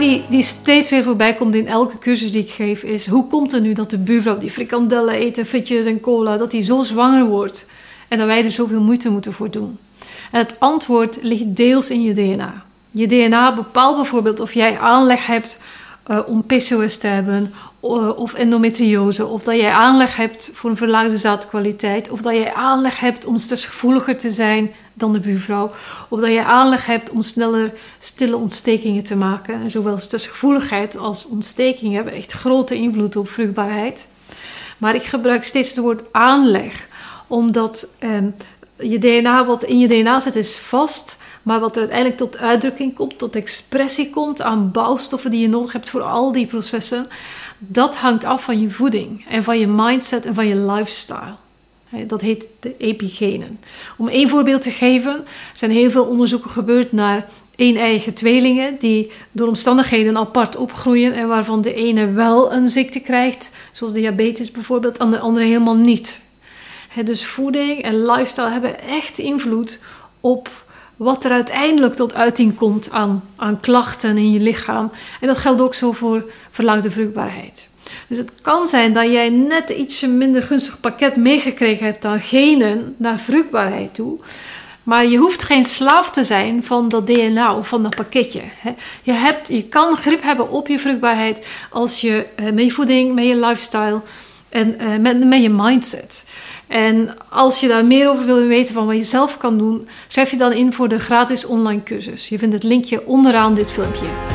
die steeds weer voorbij komt in elke cursus die ik geef is... hoe komt het nu dat de buurvrouw die frikandellen eet en frietjes en cola... dat die zo zwanger wordt en dat wij er zoveel moeite moeten voor doen? En het antwoord ligt deels in je DNA. Je DNA bepaalt bijvoorbeeld of jij aanleg hebt om PCOS te hebben... of endometriose, of dat jij aanleg hebt voor een verlaagde zaadkwaliteit... of dat jij aanleg hebt om stressgevoeliger te zijn dan de buurvrouw... of dat jij aanleg hebt om sneller stille ontstekingen te maken. En zowel stressgevoeligheid als ontsteking hebben echt grote invloed op vruchtbaarheid. Maar ik gebruik steeds het woord aanleg, omdat je DNA, wat in je DNA zit, is vast... maar wat er uiteindelijk tot uitdrukking komt, tot expressie komt... aan bouwstoffen die je nodig hebt voor al die processen... dat hangt af van je voeding en van je mindset en van je lifestyle. Dat heet de epigenen. Om één voorbeeld te geven, er zijn heel veel onderzoeken gebeurd naar een-eiige tweelingen... die door omstandigheden apart opgroeien... en waarvan de ene wel een ziekte krijgt, zoals diabetes bijvoorbeeld... en de andere helemaal niet. Dus voeding en lifestyle hebben echt invloed op... wat er uiteindelijk tot uiting komt aan klachten in je lichaam. En dat geldt ook zo voor verlaagde vruchtbaarheid. Dus het kan zijn dat jij net ietsje minder gunstig pakket meegekregen hebt aan genen naar vruchtbaarheid toe. Maar je hoeft geen slaaf te zijn van dat DNA of van dat pakketje. Je kan grip hebben op je vruchtbaarheid als je met je voeding, met je lifestyle en met je mindset. En als je daar meer over wil weten van wat je zelf kan doen, schrijf je dan in voor de gratis online cursus. Je vindt het linkje onderaan dit filmpje.